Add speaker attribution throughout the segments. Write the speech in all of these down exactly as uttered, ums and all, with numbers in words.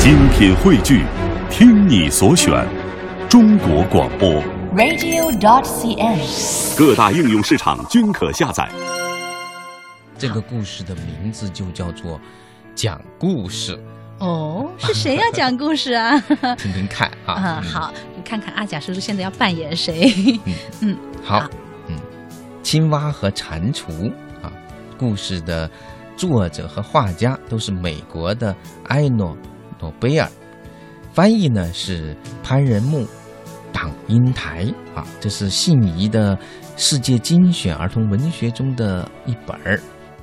Speaker 1: 精品汇聚，听你所选，中国广播
Speaker 2: radio dot c n，
Speaker 1: 各大应用市场均可下载。
Speaker 3: 这个故事的名字就叫做讲故事。
Speaker 4: 哦，是谁要讲故事啊？
Speaker 3: 听听看啊。
Speaker 4: 啊、嗯，好，你看看阿甲叔叔现在要扮演谁？
Speaker 3: 嗯
Speaker 4: 嗯，
Speaker 3: 好，
Speaker 4: 好
Speaker 3: 嗯，青蛙和蟾蜍啊，故事的作者和画家都是美国的埃诺诺贝尔，翻译呢是潘仁木、党英台啊，这是信宜的世界精选儿童文学中的一本儿。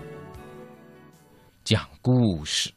Speaker 3: 讲故事。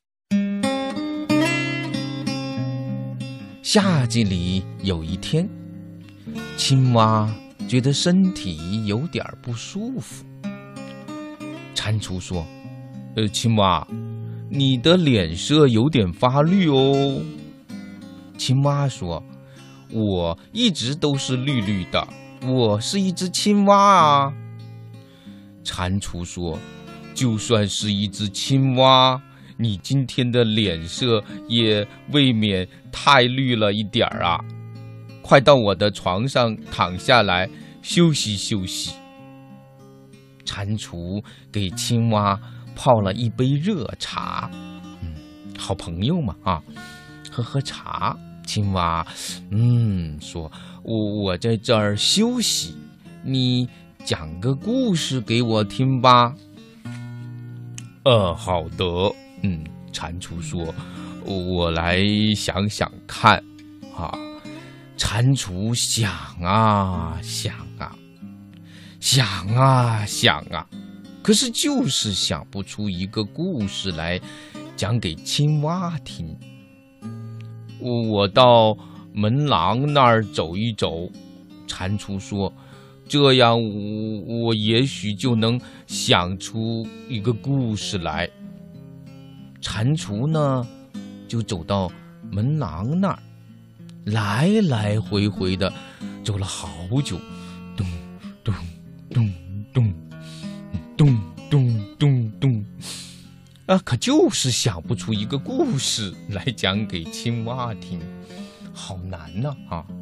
Speaker 3: 夏季里有一天，青蛙觉得身体有点不舒服。蟾蜍说：“呃，青蛙，你的脸色有点发绿哦。”青蛙说：“我一直都是绿绿的，我是一只青蛙啊。”蟾蜍说：“就算是一只青蛙，你今天的脸色也未免太绿了一点儿啊！快到我的床上躺下来休息休息。”蟾蜍给青蛙泡了一杯热茶，嗯，好朋友嘛啊，喝喝茶。青蛙，嗯，说：“我我在这儿休息，你讲个故事给我听吧。”呃，好的。嗯，蟾蜍说：“我来想想看。”啊，蟾蜍想啊想啊，想啊想啊，可是就是想不出一个故事来讲给青蛙听。我到门廊那儿走一走，蟾蜍说，这样我我也许就能想出一个故事来。蟾蜍呢，就走到门廊那儿，来来回回的走了好久，咚咚咚咚咚咚咚咚，啊，可就是想不出一个故事来讲给青蛙听，好难呐 啊, 啊！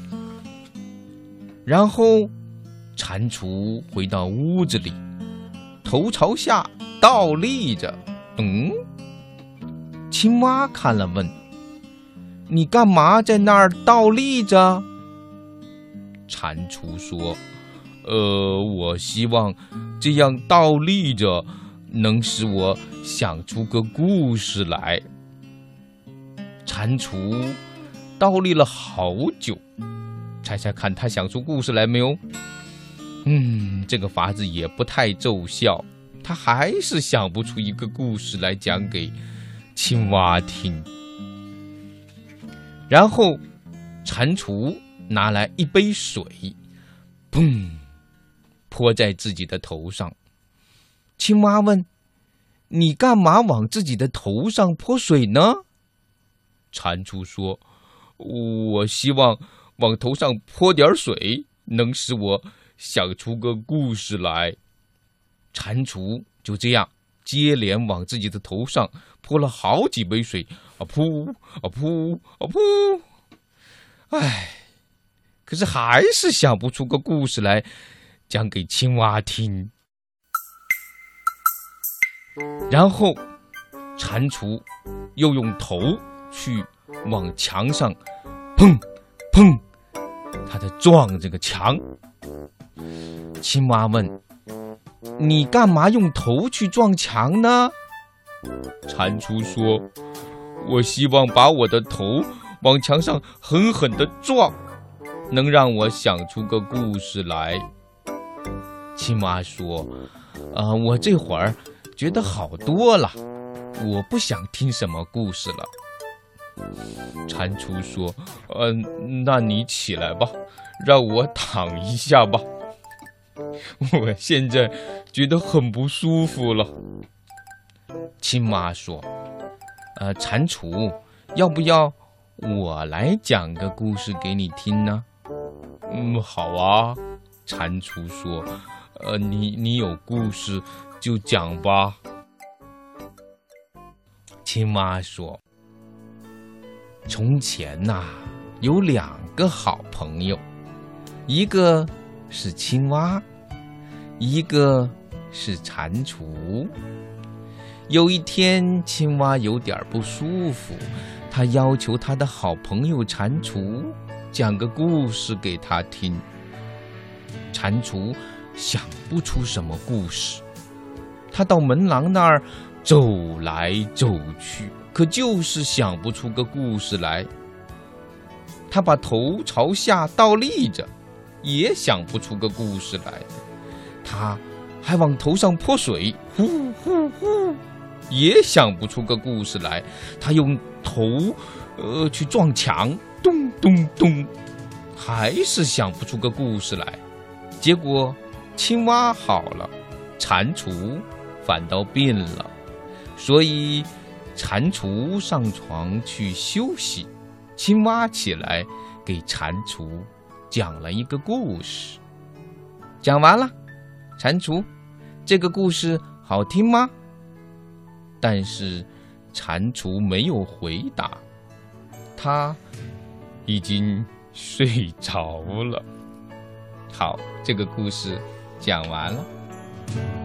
Speaker 3: 然后蟾蜍回到屋子里，头朝下倒立着，嗯。青蛙看了问：“你干嘛在那儿倒立着？”蟾蜍说：“呃，我希望这样倒立着能使我想出个故事来。”蟾蜍倒立了好久，猜猜看他想出故事来没有？嗯，这个法子也不太奏效，他还是想不出一个故事来讲给青蛙听。然后蟾蜍拿来一杯水，砰，泼在自己的头上。青蛙问：“你干嘛往自己的头上泼水呢？”蟾蜍说：“我希望往头上泼点水，能使我想出个故事来。”蟾蜍就这样接连往自己的头上泼了好几杯水，啊噗啊噗啊噗，唉，可是还是想不出个故事来讲给青蛙听。然后蟾蜍又用头去往墙上砰砰，他在撞这个墙。青蛙问：“你干嘛用头去撞墙呢？”蟾蜍说：“我希望把我的头往墙上狠狠地撞，能让我想出个故事来。”青蛙说：“呃，我这会儿觉得好多了，我不想听什么故事了。”蟾蜍说：“呃，那你起来吧，让我躺一下吧。我现在觉得很不舒服了。”青蛙说：“呃，蟾蜍，要不要我来讲个故事给你听呢？”“嗯，好啊。”蟾蜍说：“呃，你你有故事就讲吧。”青蛙说：“ 从前呐、啊，有两个好朋友，一个是青蛙，一个是蟾蜍。有一天，青蛙有点不舒服，他要求他的好朋友蟾蜍讲个故事给他听。蟾蜍想不出什么故事，他到门廊那儿走来走去，可就是想不出个故事来。他把头朝下倒立着，也想不出个故事来。他还往头上泼水，呼呼呼，也想不出个故事来。他用头呃去撞墙，咚咚咚，还是想不出个故事来。结果青蛙好了，蟾蜍反倒病了，所以蟾蜍上床去休息，青蛙起来给蟾蜍讲了一个故事。讲完了，蟾蜍，这个故事好听吗？但是蟾蜍没有回答，他已经睡着了。好，这个故事讲完了。